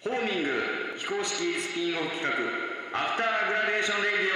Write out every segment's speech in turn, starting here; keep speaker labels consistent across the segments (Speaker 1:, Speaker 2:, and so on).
Speaker 1: ホーミング非公式スピンオフ企画アフターグラデーションレディ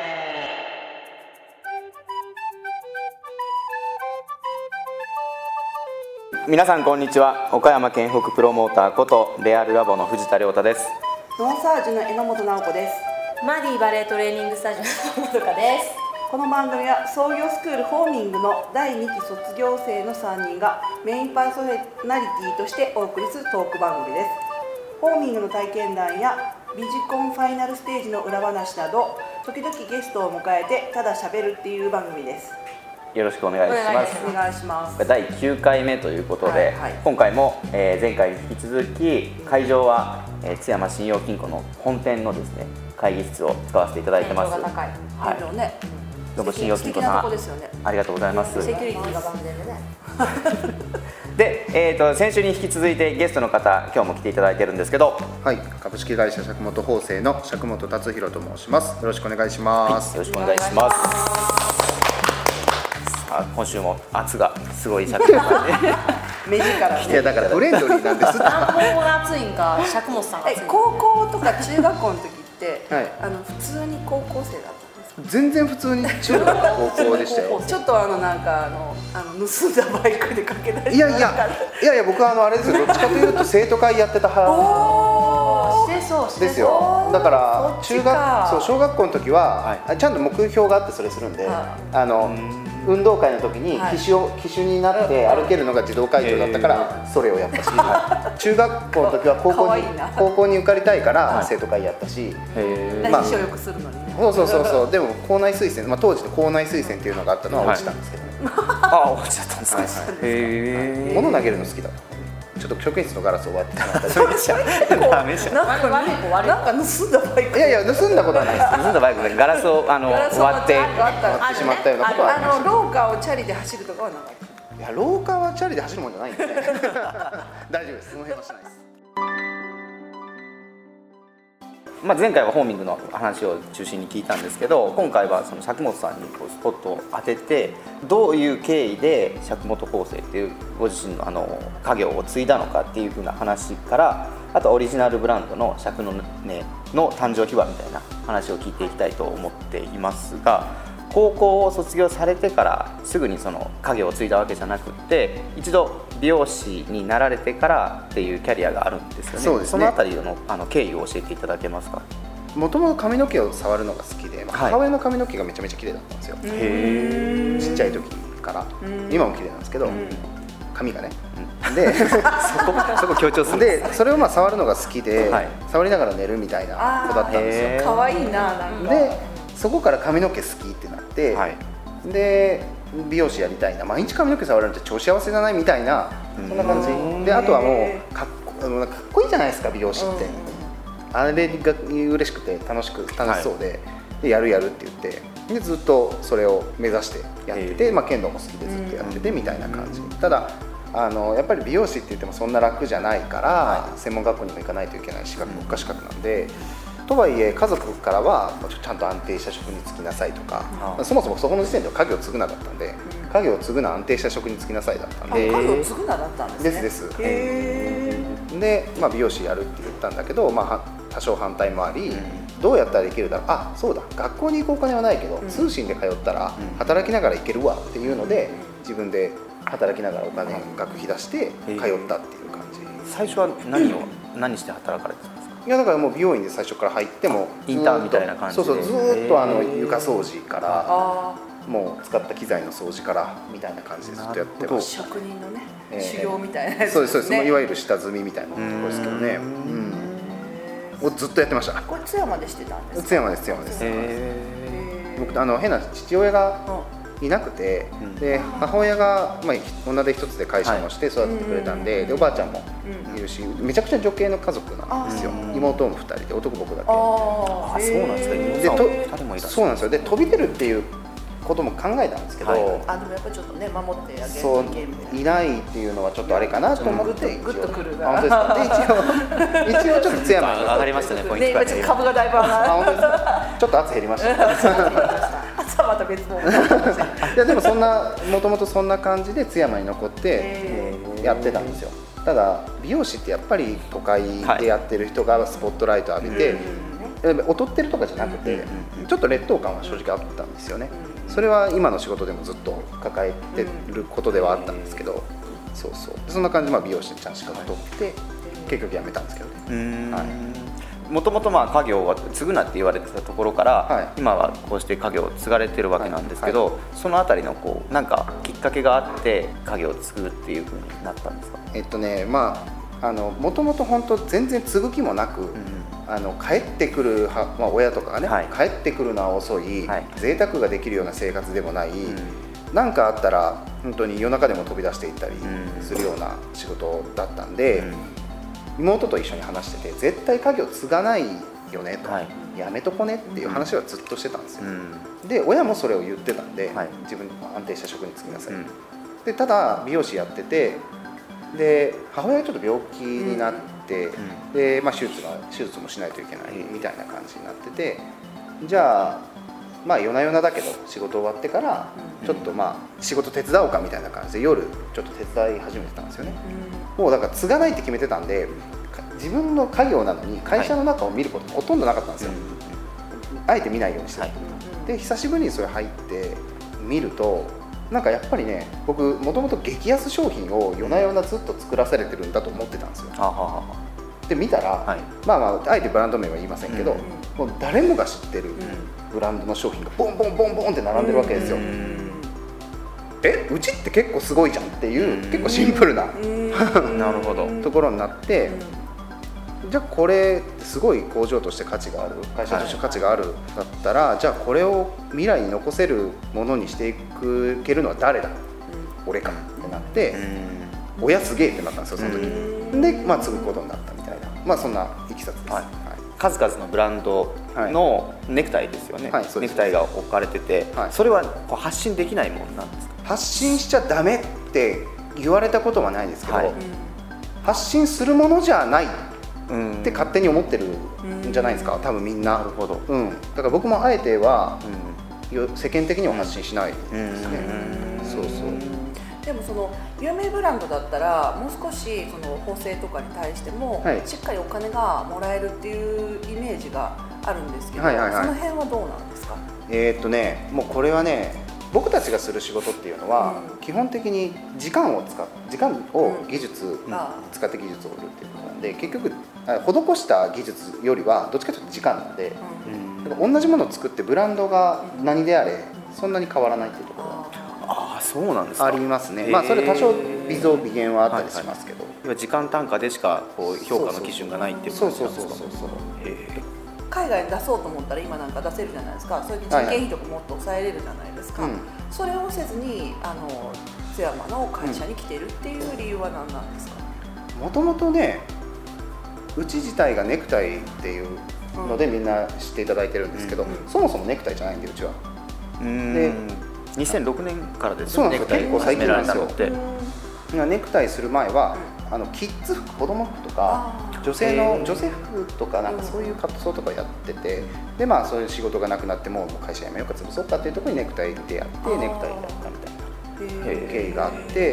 Speaker 2: オ。皆さんこんにちは。岡山県北プロモーターことレアルラボの藤田亮太です。
Speaker 3: ノーサージュの榎本直子です。
Speaker 4: マディバレートレーニングスタジオの本香です。
Speaker 3: この番組は創業スクールホーミングの第2期卒業生の3人がメインパーソナリティとしてお送りするトーク番組です。ホーミングの体験談やビジコンファイナルステージの裏話など時々ゲストを迎えてただ喋るっていう番組です。
Speaker 2: よろしくお願いします。
Speaker 3: お願いします。
Speaker 2: 第9回目ということで、今回も前回に引き続き会場は津山信用金庫の本店のですね会議室を使わせていただいてます。
Speaker 3: 天井が高い。天井ね。
Speaker 2: どうも信用金庫さん、ありがとうございます。
Speaker 4: セキュリティが万全でね。
Speaker 2: で、先週に引き続いてゲストの方今日も来ていただいてるんですけど、
Speaker 5: はい、株式会社釈本縫製の釈本達弘と申します。よろしくお願いします。
Speaker 2: よろしくお願いします。さあ今週も圧がすごい釈本さんで
Speaker 3: 目力
Speaker 5: いやだからフレンドリーなんです。
Speaker 4: 何本が熱いんか釈本さんが熱いんか。
Speaker 3: 高校とか中学校の時って、
Speaker 5: はい、
Speaker 3: 普通に高校生だった。
Speaker 5: 全然普通に中学高校でしたよ。
Speaker 3: ちょっとなんか盗んだバイクで駆け出して
Speaker 5: いや僕はあれですよ。どっちかというと生徒会やってた派ですよ。だから小学校の時は、ちゃんと目標があってそれするんで、運動会の時に騎手になって歩けるのが児童会長だったからそれをやったし、中学校の時は高校に受かりたいから生徒会やったし、
Speaker 3: まあ師匠よくするのにね。
Speaker 5: そうでも校内推薦、当時の校内推薦っていうのがあったのは落ちたんですけどね。
Speaker 2: 落ちちゃったんですか。
Speaker 5: 物投げるの好きだった。ちょっと職員室のガラスを割ってしまったり。
Speaker 2: ダメじゃん。
Speaker 3: なんか盗んだバイク。
Speaker 5: いや盗んだことはないです。
Speaker 2: 盗んだバイクでガラスを割って
Speaker 5: しまったようなことはありました。
Speaker 3: 廊下をチャリで走るとかはなかった。
Speaker 5: いや廊下はチャリで走るもんじゃないんでね。大丈夫です。その辺はしないです。
Speaker 2: 前回はホーミングの話を中心に聞いたんですけど、今回はその釈本さんにスポットを当てて、どういう経緯で釈本縫製っていうご自身の家業を継いだのかっていう風な話から、あとオリジナルブランドの釈の音の誕生秘話みたいな話を聞いていきたいと思っていますが、高校を卒業されてからすぐにその家業を継いだわけじゃなくって、一度美容師になられてからっていうキャリアがあるんですよね。
Speaker 5: そうですね。
Speaker 2: そのあたりの経緯を教えていただけますか。
Speaker 5: もともと髪の毛を触るのが好きで、母親の髪の毛がめちゃめちゃ綺麗だったんですよ。ちっちゃい時から。今も綺麗なんですけど、髪がね。で
Speaker 2: そこ強調するん
Speaker 5: で、それを触るのが好きで、触りながら寝るみたいな子だったんですよ。
Speaker 3: 可愛いな、なんか。
Speaker 5: でそこから髪の毛好きってなって、で美容師やりたいな、毎日髪の毛触られると超幸せじゃないみたいな、そんな感じで、あとはもうかっこいいじゃないですか美容師って。あれが嬉しくて楽しそうで、やるって言ってでずっとそれを目指してやってて、剣道も好きでずっとやっててみたいな感じ。ただやっぱり美容師って言ってもそんな楽じゃないから、専門学校にも行かないといけない国家資格なんで。とはいえ家族からはちゃんと安定した職に就きなさいとか、そもそもそこの時点では家業を継ぐなだったんで、家業を継ぐな安定した職に就きなさいだったんで、
Speaker 3: 家業を継ぐなだったんですね。
Speaker 5: ですで、美容師やるって言ったんだけど、多少反対もあり、どうやったらいけるだろう、そうだ、学校に行くお金はないけど、通信で通ったら働きながら行けるわっていうので、自分で働きながらお金学費出して通ったっていう感じ。
Speaker 2: 最初は何して働かれてたんですか。
Speaker 5: いやだからもう美容院で最初から入っても
Speaker 2: インターンみたいな感じで、
Speaker 5: ずっと床掃除からもう使った機材の掃除からみたいな感じでずっとやってます。
Speaker 3: 職人のね、修行みたいなやつ
Speaker 5: そうです、いわゆる下積みみたいなところですけどね。をずっとやってました。
Speaker 3: これ津山でしてたんですか。
Speaker 5: 津山です。僕変な父親がいなくて、で母親が女手一つで会社もして育ててくれたんで、おばあちゃんもいるし、めちゃくちゃ女系の家族なんですよ。妹も2人で、男僕だけ。
Speaker 2: そうなんですか。妹さん2人もいらっしゃる。
Speaker 5: そうなんですよ。で飛び出るっていうことも考えたんですけど、
Speaker 3: でもやっぱりちょっとね守ってあげる
Speaker 5: そういないっていうのはちょっとあれかなと思って
Speaker 3: グッとくる
Speaker 5: が。本当ですか。で一応ちょっと津山に
Speaker 2: 上がりましたね、ポイント
Speaker 3: が。ね、株がだいぶ上がる。
Speaker 5: ちょっと圧減りました。
Speaker 3: 朝また別物。
Speaker 5: いやでももともとそんな感じで津山に残ってやってたんですよ。 ただ美容師ってやっぱり都会でやってる人がスポットライト浴びて、劣ってるとかじゃなくて、ちょっと劣等感は正直あったんですよね。それは今の仕事でもずっと抱えてることではあったんですけど、そんな感じで美容師にちゃんと資格取って結局辞めたんですけどね。
Speaker 2: もともと家業は継ぐなって言われてたところから、今はこうして家業を継がれてるわけなんですけど、そのあたりのなんかきっかけがあって家業を継ぐっていう風になったんですか？
Speaker 5: もともと本当全然継ぐ気もなく、帰ってくる親とかがね、帰ってくるのは遅い、贅沢ができるような生活でもない、何かあったら本当に夜中でも飛び出していったりするような仕事だったんで、妹と一緒に話してて絶対家業継がないよねと、やめとこねっていう話はずっとしてたんですよ。で親もそれを言ってたんで、自分安定した職に就きなさい、でただ美容師やってて、で母親がちょっと病気になって、で手術もしないといけないみたいな感じになってて、じゃあ夜な夜なだけど仕事終わってからちょっと仕事手伝おうかみたいな感じで夜ちょっと手伝い始めてたんですよね。もうだから継がないって決めてたんで、自分の家業なのに会社の中を見ることほとんどなかったんですよ。あえて見ないようにしてた。で久しぶりにそれ入って見ると、なんかやっぱりね、僕もともと激安商品を夜な夜なずっと作らされてるんだと思ってたんですよ。で見たら、あえてブランド名は言いませんけど、もう誰もが知ってるブランドの商品がボンボンボンボンって並んでるわけですよ。うちって結構すごいじゃんっていう、結構シンプルな
Speaker 2: なるほど
Speaker 5: ところになって、じゃあこれすごい工場として価値がある、会社として価値があるだったら、じゃあこれを未来に残せるものにしていけるのは誰だ、俺かってなって、親すげえってなったんですよ、その時に。で継ぐことになったみたいな、そんないきさつです。
Speaker 2: 数々のブランドのネクタイですよね。ネクタイが置かれてて、それは発信できないものなんですか？
Speaker 5: 発信しちゃダメって言われたことはないですけど、発信するものじゃないって勝手に思ってるんじゃないですか、多分みんな。なるほど。だから僕もあえては世間的には発信しないですね。
Speaker 3: でもその有名ブランドだったらもう少しその縫製とかに対してもしっかりお金がもらえるっていうイメージがあるんですけど、その辺はどうなんですか？
Speaker 5: もうこれはね、僕たちがする仕事っていうのは基本的に時間を技術使って技術を売るっていうことなんで、結局施した技術よりはどっちかというと時間なんで、同じものを作ってブランドが何であれそんなに変わらないっていうところは
Speaker 2: そうなんですか？
Speaker 5: ありますね。それ多少微増微減はあったりしますけど、
Speaker 2: 時間単価でしか評価の基準がないっていうことなんですか？
Speaker 3: 海外に出そうと思ったら今なんか出せるじゃないですか。それで人件費とかもっと抑えれるじゃないですか。それをせずに津山の会社に来てるっていう理由は何なんですか？
Speaker 5: もともとね、うち自体がネクタイっていうのでみんな知っていただいてるんですけど、そもそもネクタイじゃないんで、うちは。
Speaker 2: で2006年からですよね、ネクタイ
Speaker 5: 結構最近なんですよ。
Speaker 2: って
Speaker 5: ネクタイする前はキッズ服、子供服とか女性服とか、なんかそういうカットソーとかやってて、でそういう仕事がなくなってもう会社辞めようか潰そうかっていうところにネクタイでやってネクタイやったみたいな経緯があって、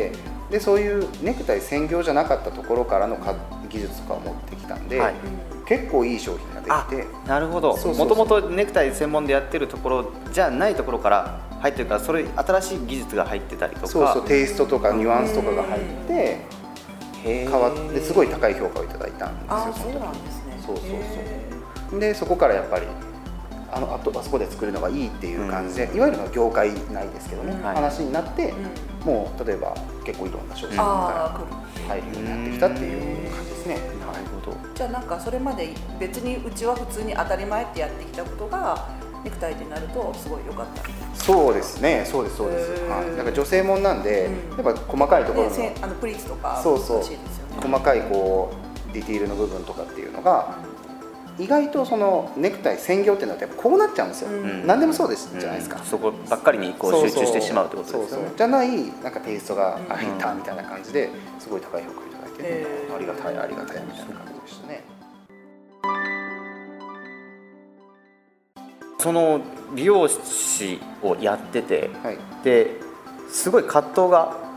Speaker 5: でそういうネクタイ専業じゃなかったところからの技術とかを持ってきたんで、結構いい商品ができて。
Speaker 2: なるほど。もともとネクタイ専門でやってるところじゃないところから入ってるから、それ新しい技術が入ってたりとか、
Speaker 5: テイストとかニュアンスとかが入って変わってすごい高い評価をいただいたんですよ。
Speaker 3: そうなんですね。
Speaker 5: でそこからやっぱりあそこで作るのがいいっていう感じで、いわゆるの業界内ですけどね、話になって、もう例えば結構いろんな商品が入るようになってきたっていう感じですね。
Speaker 2: なるほど。
Speaker 3: じゃあなんかそれまで別にうちは普通に当たり前ってやってきたことがネクタイになるとすごい良かったみたいな。
Speaker 5: そうですね、そうです。なんか女性もんなんで、やっぱ細かいところの
Speaker 3: プリーツとか難しいですよね。
Speaker 5: 細かいディティールの部分とかっていうのが、意外とそのネクタイ専業っていうのはやっぱこうなっちゃうんですよ。何でもそうですじゃないですか。
Speaker 2: そこばっかりに集中してしまうってことですよね。
Speaker 5: じゃない、なんかテイストが入ったみたいな感じですごい高い評価をいただいて、ありがたいみたいな感じでしたね。
Speaker 2: その美容師をやってて、ですごい葛藤が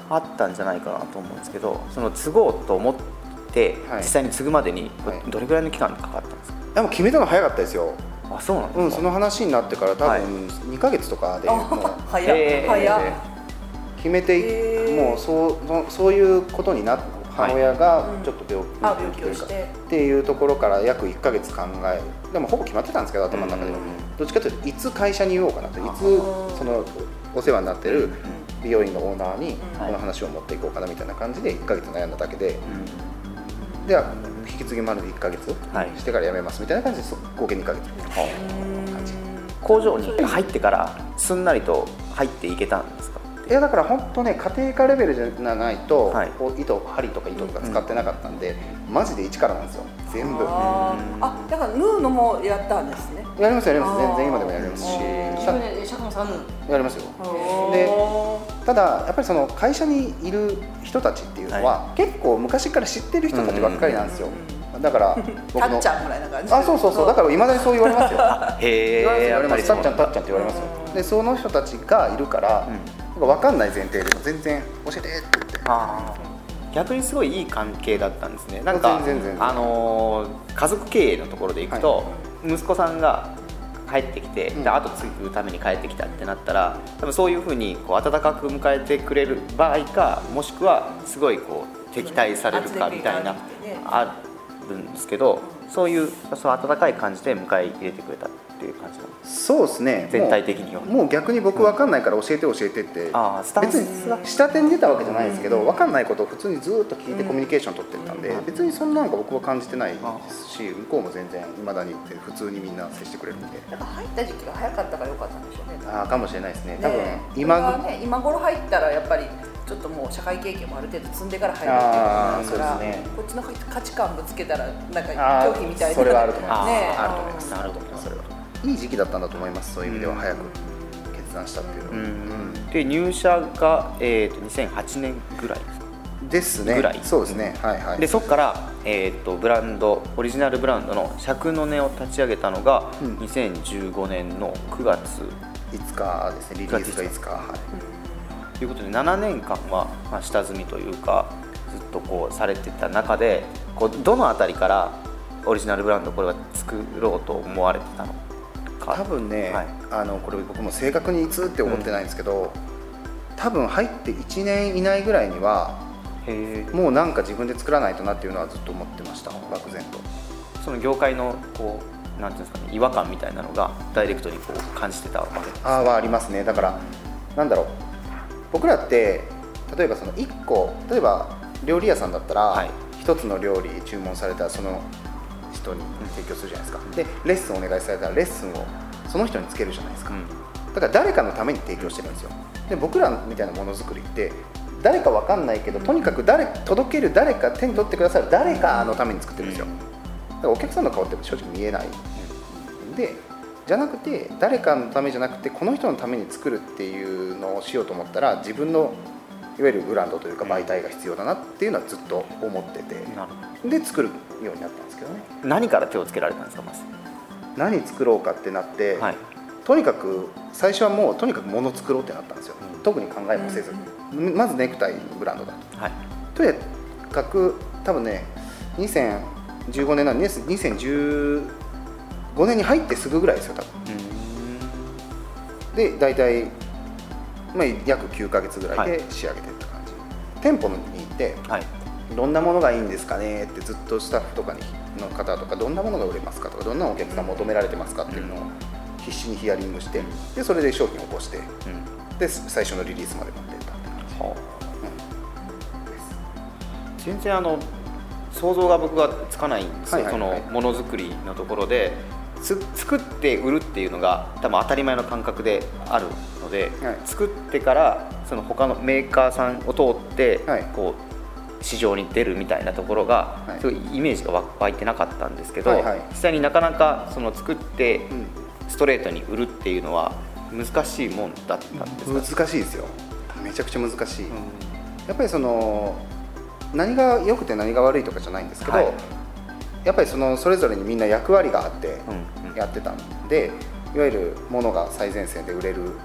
Speaker 2: あったんじゃないかなと思うんですけど、その継ごうと思って実際に継ぐまでにどれぐらいの期間かかったんですか？
Speaker 5: でも決めたの早かったですよ。
Speaker 2: あ、そうなんですか。
Speaker 5: その話になってから多分2ヶ月とかでもう
Speaker 3: 早っ
Speaker 5: 決めて、もうそういうことになって、母親がちょっと病気をしてっていうところから約1ヶ月考える。でもほぼ決まってたんですけど、頭の中でどっちかというといつ会社に言おうかなと、いつそのお世話になってる美容院のオーナーにこの話を持っていこうかなみたいな感じで1ヶ月悩んだだけで、では引き継ぎまで1ヶ月してから辞めますみたいな感じで、合計2ヶ月みたいな感じ。
Speaker 2: 工場に入ってからすんなりと入っていけたんですか？
Speaker 5: いやだから本当ね、家庭科レベルじゃないと、こう針とか糸とか使ってなかったんで、マジで一からなんですよ、全部。
Speaker 3: だから縫うのもやったんですね。
Speaker 5: やります、全然今でもやりますし、
Speaker 4: 釈野さん
Speaker 5: やりますよ。でただやっぱりその会社にいる人たちっていうのは、結構昔から知ってる人たちばっかりなんですよ。だから
Speaker 3: 僕のたっちゃんぐらいな感じ。
Speaker 5: そうだからいまだにそう言われますよ。
Speaker 2: 言われます、
Speaker 5: たっちゃんって言われますよ。でその人たちがいるから、分かんない前提でも全然教えてって言って、
Speaker 2: 逆にすごいいい関係だったんですね。なんか
Speaker 5: 全然
Speaker 2: 家族経営のところでいくと、息子さんが帰ってきて、で後継ぐために帰ってきたってなったら、多分そういうふうにこう温かく迎えてくれる場合か、もしくはすごいこう敵対されるかみたいなあるんですけど、そういう温かい感じで迎え入れてくれたっていう感じなんです。
Speaker 5: そうですね、
Speaker 2: 全体的には
Speaker 5: もう逆に僕分かんないから教えてって別に下手に出たわけじゃないですけど、分かんないことを普通にずっと聞いてコミュニケーション取ってったんで、別にそんなんか僕は感じてないですし、向こうも全然いまだに普通にみんな接してくれるんで、
Speaker 3: だから入った時期が早かったから良かったんでしょうね。
Speaker 5: かもしれないですね。多分
Speaker 3: 今頃入ったらやっぱりちょっともう社会経験もある程度積んでから入るっていうことだから、こっちの価値観ぶつけたらなんか拒否みたいな、
Speaker 5: それはあると思います。
Speaker 2: あると思います。なるほど、それは。
Speaker 5: いい時期だったんだと思います。そういう意味では早く決断したっていうのは。
Speaker 2: で入社が2008年ぐらいですか？
Speaker 5: ですね。そうですね。
Speaker 2: でそこからブランドオリジナルブランドの釈の音を立ち上げたのが2015年の9月
Speaker 5: 5日ですね。リリースが5日。
Speaker 2: ということで7年間は下積みというかずっとこうされてた中で、こうどのあたりからオリジナルブランドこれは作ろうと思われてたのか？
Speaker 5: 多分ね、これ僕も正確にいつって思ってないんですけど、多分入って1年以内ぐらいにはもうなんか自分で作らないとなっていうのはずっと思ってました、漠然と。
Speaker 2: その業界のこうなんていうんですかね、違和感みたいなのがダイレクトにこう感じてたわけですか？
Speaker 5: はありますね。だからなんだろう、僕らって例えばその1個、例えば料理屋さんだったら1つの料理注文されたらその人に提供するじゃないですか。でレッスンお願いされたらレッスンをその人につけるじゃないですか。だから誰かのために提供してるんですよ。で僕らみたいなものづくりって誰か分かんないけど、とにかく届ける誰か、手に取ってくださる誰かのために作ってるんですよ。だからお客さんの顔って正直見えないんで、じゃなくて誰かのためじゃなくてこの人のために作るっていうのをしようと思ったら、自分のいわゆるブランドというか媒体が必要だなっていうのはずっと思ってて、で作るようになったんですけどね。何
Speaker 2: から手をつけられたんですか？まず
Speaker 5: 何作ろうかってなって、とにかく最初はもうとにかく物作ろうってなったんですよ。特に考えもせず、まずネクタイのブランドだと、とにかく多分ね2015年なんで2015年に入ってすぐぐらいですよ多分。で大体約9ヶ月ぐらいで仕上げてった感じ。店舗に行ってどんなものがいいんですかねってずっとスタッフとかの方とか、どんなものが売れますかとか、どんなお客さん求められてますかっていうのを必死にヒアリングして、でそれで商品を起こして、で最初のリリースまで持っていったって感
Speaker 2: じ。全然想像が僕はつかないんですよ。そのものづくりのところで作って売るっていうのが多分当たり前の感覚であるので、作ってからその他のメーカーさんを通ってこう市場に出るみたいなところがすごいイメージが湧いてなかったんですけど、実際になかなかその作ってストレートに売るっていうのは難しいもんだったんですか？
Speaker 5: 難しいですよ。めちゃくちゃ難しい。やっぱりその何が良くて何が悪いとかじゃないんですけど、やっぱりそれぞれにみんな役割があってやってたんで、いわゆるものが最前線で売れる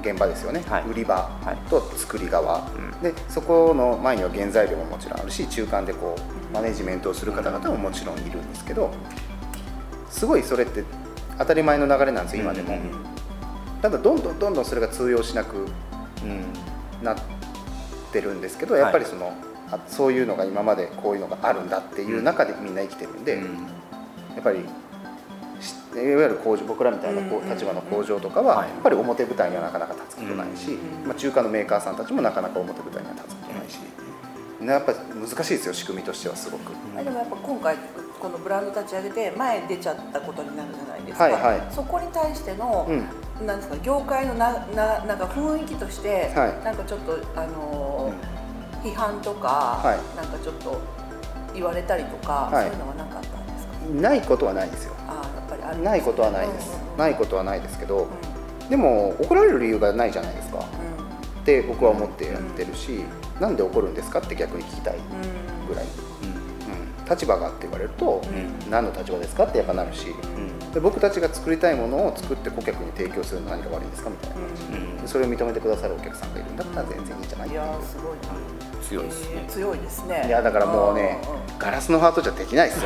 Speaker 5: 現場ですよね、
Speaker 2: はい、
Speaker 5: 売り場と作り側、でそこの前には原材料ももちろんあるし、中間でこうマネジメントをする方々ももちろんいるんですけど、すごいそれって当たり前の流れなんですよ今でも。ただどんどんそれが通用しなくなってるんですけど、やっぱりそういうのが今までこういうのがあるんだっていう中でみんな生きてるんで、やっぱりいわゆる工場、僕らみたいな立場の工場とかはやっぱり表舞台にはなかなか立つことないし、中間のメーカーさんたちもなかなか表舞台には立つことないし、やっぱり難しいですよ、仕組みとしてはすごく。
Speaker 3: でもやっぱ今回このブランド立ち上げて前出ちゃったことになるじゃないですか、そこに対しての、なんですか、業界のなんか雰囲気として、なんかちょっと批判とか、なんかちょっと言われたりとか、そういうのはなかったんですか？
Speaker 5: ないことはないですよ。
Speaker 3: やっぱりあるんですね。
Speaker 5: ないことはないです。ないことはないですけど、でも怒られる理由がないじゃないですか。って僕は思ってやってるし、なんで怒るんですかって逆に聞きたいぐらい。立場がって言われると、何の立場ですかってやっぱなるし、で僕たちが作りたいものを作って顧客に提供するのは何が悪いんですかみたいな感じで、それを認めてくださるお客さんがいるんだったら全然いいんじゃないっていう。
Speaker 3: すごいな。
Speaker 2: 強いですね。
Speaker 3: 強いですね。
Speaker 5: いやだからもうね、ガラスのハートじゃできないですよ。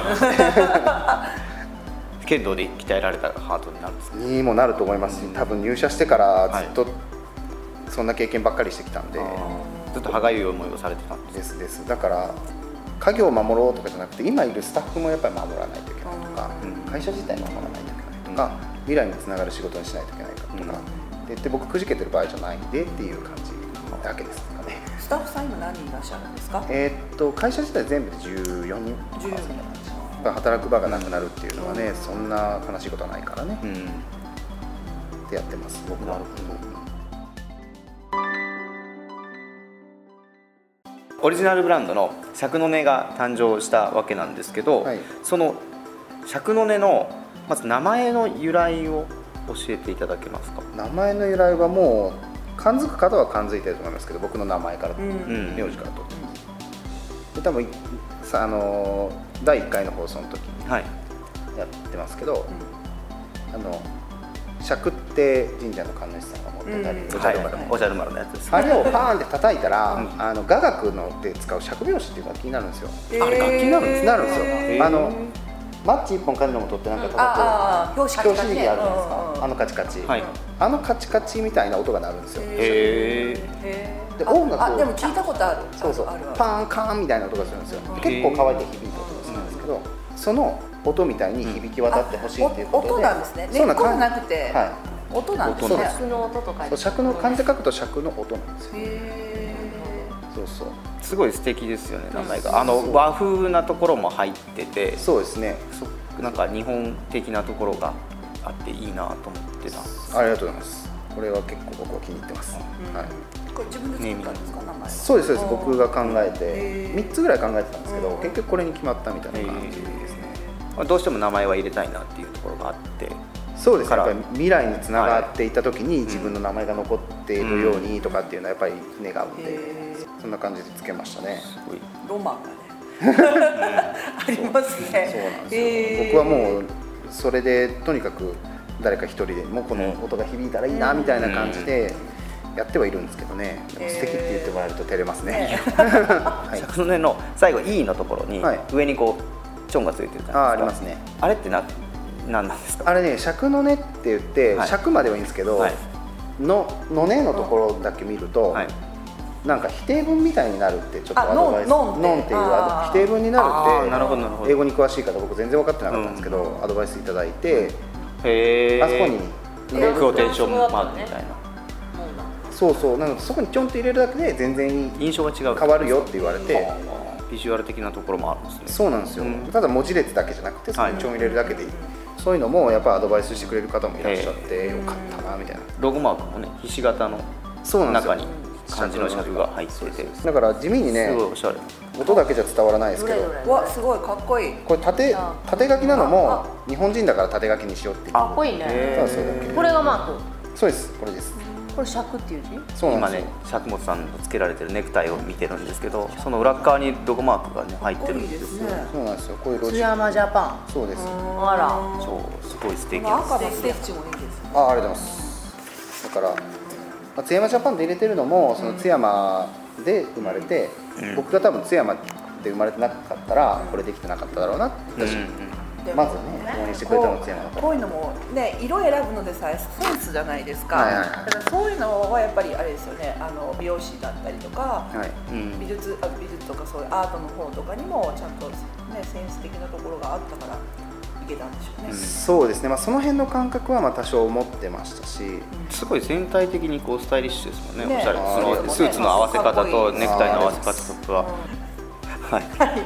Speaker 2: 剣道で鍛えられたハートになるんですか？
Speaker 5: にもなると思いますし、多分入社してからずっとそんな経験ばっかりしてきたんで、
Speaker 2: ずっと歯がゆい思いをされてたん
Speaker 5: ですです。だから家業を守ろうとかじゃなくて、今いるスタッフもやっぱり守らないといけないとか、会社自体守らないといけないとか、未来につながる仕事にしないといけないかとか、で言って僕くじけてる場合じゃないんでっていう感じだけですかね。
Speaker 3: スタッフさん今何人いらっしゃるんですか？
Speaker 5: 会社自体全部で14人とか、働く場がなくなるっていうのはね、そんな悲しいことはないからね、ってやってます僕は。
Speaker 2: オリジナルブランドの釈の音が誕生したわけなんですけど、その釈の音のまず名前の由来を教えていただけますか？
Speaker 5: 名前の由来はもう感づく方は感づいてると思いますけど、僕の名前から、名字から取ってます。で多分第1回の放送の時にやってますけど、釈って神社の神主さんが持ってたり、
Speaker 2: おじゃる丸のやつです。
Speaker 5: あれをパーンって叩いたら、雅楽ので使う釈拍子っていう楽器になるんですよ。
Speaker 2: あれ楽器になるんです
Speaker 5: よ。マッチ1本金のも取ってなんか叩く拍子木あるじゃないですか。あのカチカチ、あのカチカチみたいな音が鳴るんですよ。で音楽
Speaker 3: でも聞いたことある。
Speaker 5: そうそう、パーンカーンみたいな音がするんですよ。結構乾いて響いた音がするんですけど、その音みたいに響き渡ってほしいっていうことで、
Speaker 3: 音なんですね。根っこじゃなくて音なんですね。
Speaker 4: 尺の音とか。
Speaker 5: 尺の漢字で書くと尺の音なんですよ。そうそう。
Speaker 2: すごい素敵ですよね、名前が。和風なところも入ってて、
Speaker 5: そうですね。
Speaker 2: なんか日本的なところがあっていいなと思ってた。
Speaker 5: ありがとうございます。これは結構僕は気に入ってます。
Speaker 3: これ自分で作ったんですか、名前？
Speaker 5: そうですそうです。僕が考えて3つぐらい考えてたんですけど、結局これに決まったみたいな感じですね。
Speaker 2: どうしても名前は入れたいなっていうところがあって、
Speaker 5: そうですね。やっぱり未来につながっていった時に自分の名前が残っているようにとかっていうのはやっぱり願うんで、そんな感じでつけましたね。
Speaker 3: すごいロマンがねありますね。
Speaker 5: そうなんですよ。僕はもうそれでとにかく誰か一人でもこの音が響いたらいいなみたいな感じでやってはいるんですけどね。でも素敵って言ってもらえると照れますね。
Speaker 2: 釈の音の最後 E のところに上にこうチョンがついてるじゃないですか。
Speaker 5: ありますね。
Speaker 2: あれって何なんですか？
Speaker 5: あれね、釈の音って言って釈まではいいんですけど、のねのところだけ見るとなんか否定文みたいになるってちょっとアドバイス、ノンっていう否定文になるって英語に詳しい方僕全然分かってなかったんですけど、アドバイスいただいて、あそこに
Speaker 2: クォーテーションマークみたいな。
Speaker 5: そうそうなのでそこにちょんと入れるだけで全然
Speaker 2: 印象が違う
Speaker 5: 変わるよって言われて、
Speaker 2: ビジュアル的なところもあるんですね。
Speaker 5: そうなんですよ。ただ文字列だけじゃなくてそこにちょん入れるだけでいい。そういうのもやっぱアドバイスしてくれる方もいらっしゃってよかったなみたいな。
Speaker 2: ロゴマークもね、ひし形の中に漢字の尺が入ってて、
Speaker 5: だから地味にね、音だけじゃ伝わらないですけど、
Speaker 3: わすごいかっこいい。
Speaker 5: これ縦書きなのも日本人だから縦書きにしようっていう。
Speaker 4: かっこいいね。これがマーク。
Speaker 5: そうです、これです。
Speaker 4: これ尺っていう字？
Speaker 2: 今ね、釈本さんのつけられてるネクタイを見てるんですけど、その裏側にロゴマークがね入ってるんですよ。
Speaker 5: そうなんですよ。こういうロジ
Speaker 4: 津山ジャパン。
Speaker 5: そうです。
Speaker 4: あら、
Speaker 2: そうすごい素敵です。
Speaker 3: 赤のステッチもいいです。
Speaker 5: ありがとうございます。だから津山ジャパンで入れてるのもその津山で生まれて、僕が多分津山で生まれてなかったらこれできてなかっただろうなって私、まずね応援してくれたの津山だから。
Speaker 3: こういうのもね、色選ぶのでさえセンスじゃないですか、だからそういうのはやっぱりあれですよね、美容師だったりとか、美術とかそういうアートの方とかにもちゃんと、ね、センス的なところがあったからいけたんでしょうね。
Speaker 5: そうですね、その辺の感覚は多少持ってましたし、
Speaker 2: すごい全体的にこうスタイリッシュですもんね。
Speaker 3: ね
Speaker 2: おしゃれ、そのスーツの合わせ方とネクタイの合わせ方とか、はい。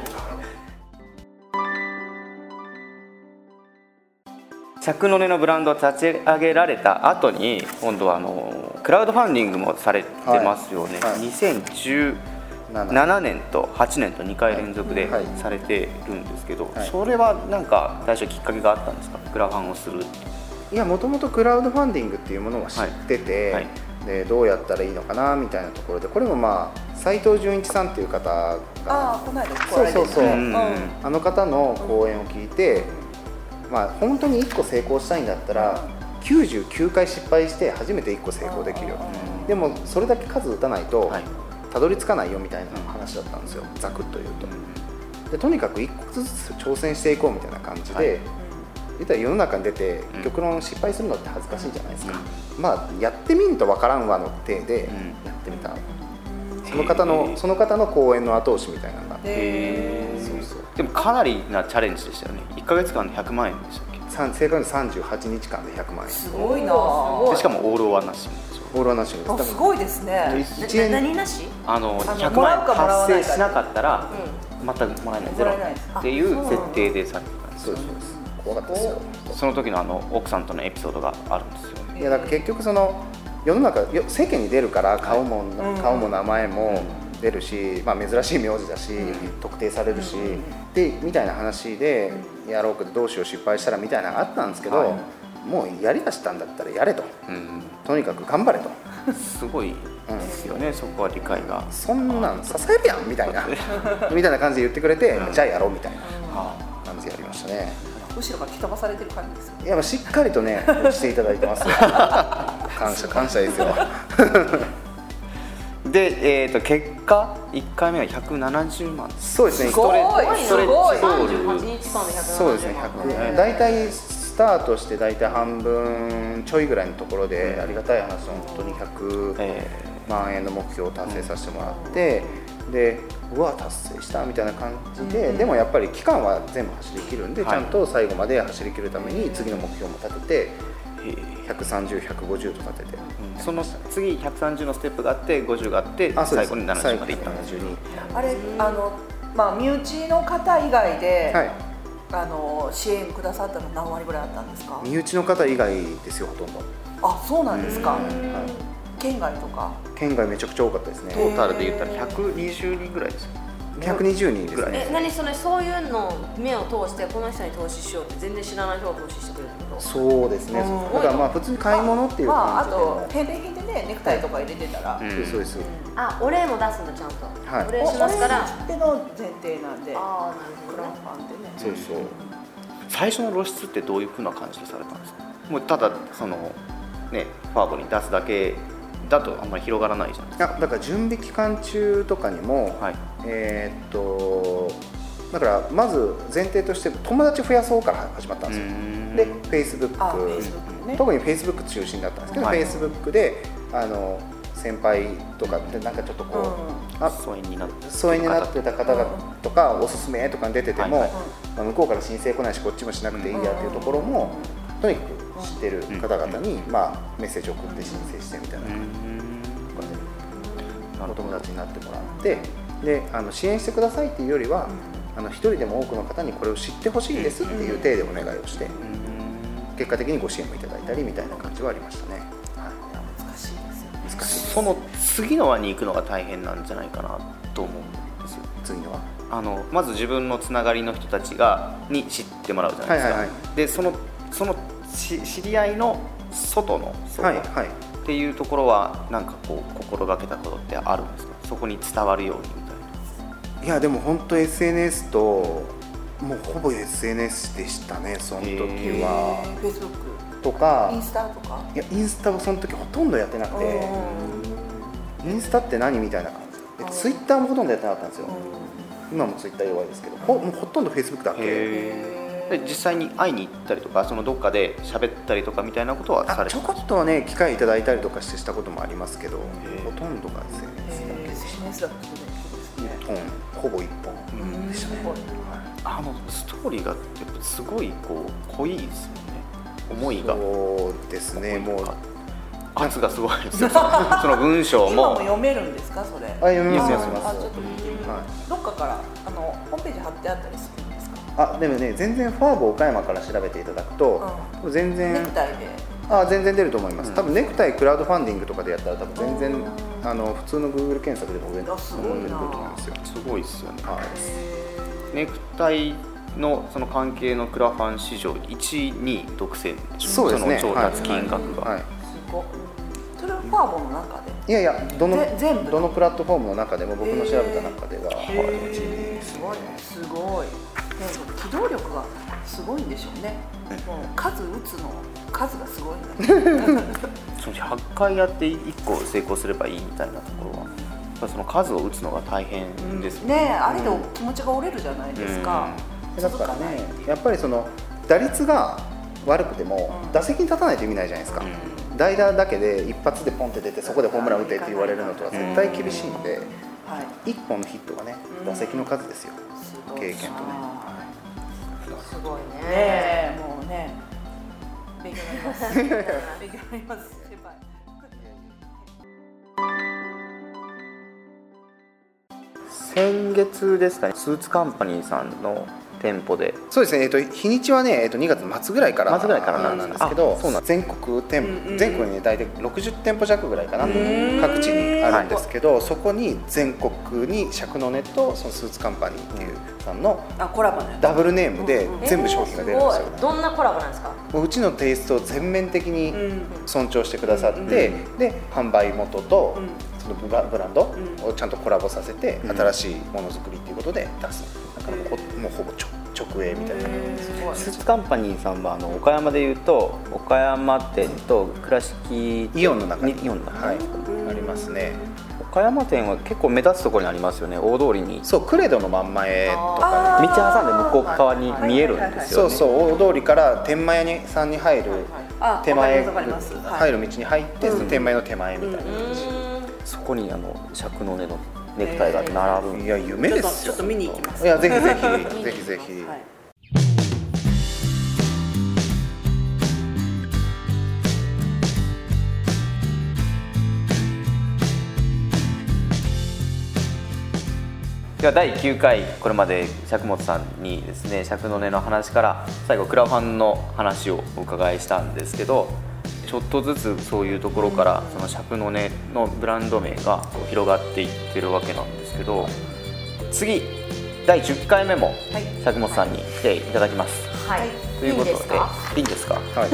Speaker 2: 着の根のブランドを立ち上げられた後に今度はクラウドファンディングもされてますよね、2017年と8年と2回連続でされてるんですけど、それはなんか最初きっかけがあったんですか、クラファンをする。
Speaker 5: いや、もともとクラウドファンディングっていうものを知ってて、でどうやったらいいのかなみたいなところで、これも斉藤純一さんっていう方が、
Speaker 3: この間
Speaker 5: あの方の講演を聞いて、本当に1個成功したいんだったら99回失敗して初めて1個成功できるよ、でもそれだけ数打たないとたどり着かないよみたいな話だったんですよ、ざくっと言うと。でとにかく1個ずつ挑戦していこうみたいな感じで、言ったら世の中に出て極論失敗するのって恥ずかしいじゃないですか、やってみんとわからんわの体でやってみた、その方の講演の後押しみたいなのがあって、
Speaker 2: でもかなりなチャレンジでしたよね。1ヶ月間で100万円でしたっけ。
Speaker 5: 正確に38日間で100万円。
Speaker 3: すごいな。
Speaker 2: でしかもオールオアナッシングでしょ。
Speaker 5: オールオアナッシングです。
Speaker 3: すごいですね。
Speaker 4: 何なし
Speaker 2: ？100万円達成しなかったら全くもらえない、ゼロっていう設定でされてたんですよ。
Speaker 5: そうです、怖かったですよ。
Speaker 2: その時の奥さんとのエピソードがあるんですよね。
Speaker 5: いや、だから結局世の中世間に出るから顔も名前も出るし、珍しい名字だし、特定されるし、でみたいな話でやろうけどどうしよう失敗したらみたいなのがあったんですけど、もうやりだしたんだったらやれと、とにかく頑張れと。
Speaker 2: すごいですよね、そこは理解が。
Speaker 5: そんなん支えるやんみたいな感じで言ってくれて、じゃあやろうみたいな感じでやりましたね。
Speaker 3: 後ろが蹴飛ばされてる感じですよ。
Speaker 5: いや、しっかりとねしていただいてますよ感謝ですよ
Speaker 2: で、結果1回目は170万。
Speaker 5: そうですね、
Speaker 3: すごい
Speaker 4: すごい。38日間で170万。
Speaker 5: そうですね、大体スタートして大体半分ちょいぐらいのところで、ありがたい話の本当に100万円の目標を達成させてもらって、でうわ達成したみたいな感じで、でもやっぱり期間は全部走り切るんで、ちゃんと最後まで走り切るために次の目標も立てて、130、150と立てて、
Speaker 2: その次130のステップがあって50があって最後に70までいったんです。
Speaker 3: あれ身内の方以外で、支援くださったの何割ぐらいあったんですか？
Speaker 5: 身内の方以外ですよ、ほとんど。
Speaker 3: あ、そうなんですか。県外とか。
Speaker 5: 県外めちゃくちゃ多かったですね。
Speaker 2: トータルで言ったら120人ぐらいですよ。
Speaker 5: 120人ですね。
Speaker 4: そういうのを目を通してこの人に投資しようって全然知らない人が投資してくれるってこと？
Speaker 5: そうですね。だから普通に買い物っていう感じで、
Speaker 3: あと返礼品でね、ネクタイとか入れてたら、
Speaker 5: そうです。
Speaker 4: お礼も出すんだ、ちゃんと。お礼しますから。
Speaker 3: っての前提なんで、クラファンでね。
Speaker 5: そうそう。
Speaker 2: 最初の露出ってどういう風な感じでされたんですか？もうただファーボに出すだけだとあんまり広がらないじゃないですか。
Speaker 5: だから準備期間中とかにも、だからまず前提として友達増やそうから始まったんですよ。で Facebook、特に Facebook 中心だったんですけど、Facebook で先輩とかでなんかちょっと
Speaker 2: 疎遠にな
Speaker 5: ってた方々とかおすすめとかに出てても、向こうから申請来ないしこっちもしなくていいやっていうところもとにかく知ってる方々にメッセージを送って申請してみたいな感じでお友達になってもらって、で支援してくださいっていうよりは一人でも多くの方にこれを知ってほしいですっていう体でお願いをして、結果的にご支援もいただいたりみたいな感じはありましたね。
Speaker 3: 難しいですよ。
Speaker 5: 難しい。
Speaker 2: その次の輪に行くのが大変なんじゃないかなと思うんですよ。
Speaker 5: 次の輪、
Speaker 2: まず自分のつながりの人たちに知ってもらうじゃないですか。でその知り合いの外のっていうところはなんか心がけたことってあるんですか？そこに伝わるようにみたいな。
Speaker 5: いやでも本当 SNS ともうほぼ SNS でしたね、その時は。
Speaker 3: フェイスブック
Speaker 5: とか
Speaker 3: インスタとか。
Speaker 5: いやインスタはその時ほとんどやってなくて、インスタって何みたいな感じで、ツイッターもほとんどやってなかったんですよ。今もツイッター弱いですけど、もうほとんどフェイスブックだけ。
Speaker 2: で実際に会いに行ったりとか、そのどっかで喋ったりとかみたいなことはされて
Speaker 5: ちょこっとね機会いただいたりとかしてしたこともありますけど、ほとんどが
Speaker 3: SNS だった
Speaker 5: 1本ほぼ1本でしたね。
Speaker 2: ストーリーがやっぱすごいこう濃いですよね、思いが。
Speaker 5: そうですね、もう
Speaker 2: 圧がすごいですよその文章
Speaker 3: 今も
Speaker 2: も。
Speaker 3: 読めるんですか、それ。
Speaker 5: 読みます
Speaker 2: 読みます
Speaker 3: ちょっと見てみる。どっかからホームページ貼ってあったりするんですか。
Speaker 5: でもね、全然ファーボ岡山から調べていただくと、全然
Speaker 3: ネクタイで。
Speaker 5: 全然出ると思います。多分ネクタイクラウドファンディングとかでやったら多分全然普通の Google 検索でも上に出てくると思うんですよ。
Speaker 2: すごいですよね。ネクタイのその関係のクラファン市場1、2独占でしょ。
Speaker 5: そうですね。
Speaker 2: その調達金額が。
Speaker 3: それはファーボの中で。
Speaker 5: いやいや、どのプラットフォームの中でも僕の調べた中では
Speaker 3: すごい。機動力がすごいんでしょうね。もう数打つの数がすごいんだ。
Speaker 2: その100回やって1個成功すればいいみたいなところは、やっぱその数を打つのが大変です
Speaker 3: ね。あれで気持ちが折れるじゃないですか。
Speaker 5: だからね、やっぱりその打率が悪くても打席に立たないと意味ないじゃないですか。代打だけで一発でポンって出てそこでホームラン打てって言われるのとは絶対厳しいんで、1本のヒットがね、打席の数ですよ、経験とね。
Speaker 4: すごいね。
Speaker 3: もうね、勉強になります。勉強になります。先輩。
Speaker 2: 先月ですかね、スーツカンパニーさんの店舗で。
Speaker 5: そうですね、日にちはね、2月末ぐらいからなんですけど、全国にね、大体60店舗弱ぐらいかな、各地にあるんですけど、そこに全国にシャクノネとそのスーツカンパニーっていうさんの
Speaker 3: コラボね、
Speaker 5: ダブルネームで全部商品が出るんですよ。
Speaker 4: どんなコラボなんですか。
Speaker 5: うちのテイストを全面的に尊重してくださって、で販売元とそのブランドをちゃんとコラボさせて、新しいものづくりっていうことで出す。だからもうほぼ直営みたいな感じです。
Speaker 2: スーツカンパニーさんは岡山でいうと岡山店と倉敷
Speaker 5: イオンの中に
Speaker 2: あ
Speaker 5: りますね。
Speaker 2: 岡山店は結構目立つところにありますよね、大通りに。
Speaker 5: そう、クレドの真ん前とか
Speaker 2: 道挟んで向こう側に見えるんですよね。
Speaker 5: そう大通りから天満屋さんに入る手前入る道に入って、天満屋の手前みたいな感じ。
Speaker 2: そこにシャクノネのネクタイが並ぶ。
Speaker 5: いや、夢ですよ。
Speaker 3: ちょっと見に行きます。
Speaker 5: いや、ぜひぜひぜひぜひ。
Speaker 2: では第9回、これまで釈本さんにですね、シャクノネの話から最後クラファンの話をお伺いしたんですけど、ちょっとずつそういうところからそのシャクノネのブランド名が広がっていってるわけなんですけど、次第10回目も釈本さんに来ていただきます。
Speaker 4: はい。
Speaker 2: ということで、いいんですか？はい。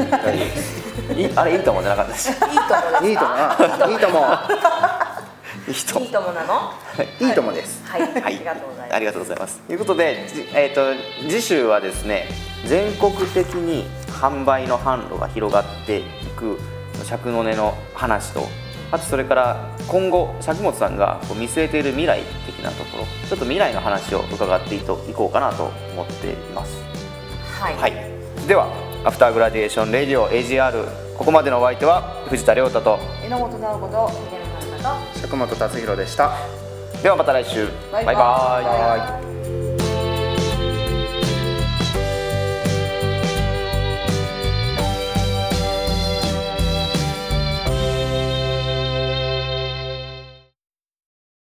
Speaker 2: あれいいと思うんじゃなかったです。
Speaker 4: いいともですか？
Speaker 5: いいとも。
Speaker 4: いいともなの？
Speaker 5: いいともです。
Speaker 4: はい。ありがとうございます。
Speaker 2: ありがとうございます。ということで、次週はですね、全国的に販売の販路が広がっていくシャクノネの話と、あとそれから今後釈本さんが見据えている未来的なところ、ちょっと未来の話を伺っていこうかなと思っています。
Speaker 4: はい。
Speaker 2: はい。ではアフターグラデーションレディオ AGR、 ここまでのお相手は藤田亮太と
Speaker 3: 榎本直子と
Speaker 5: 釈本達弘でした。
Speaker 2: ではまた来週。バイバイ。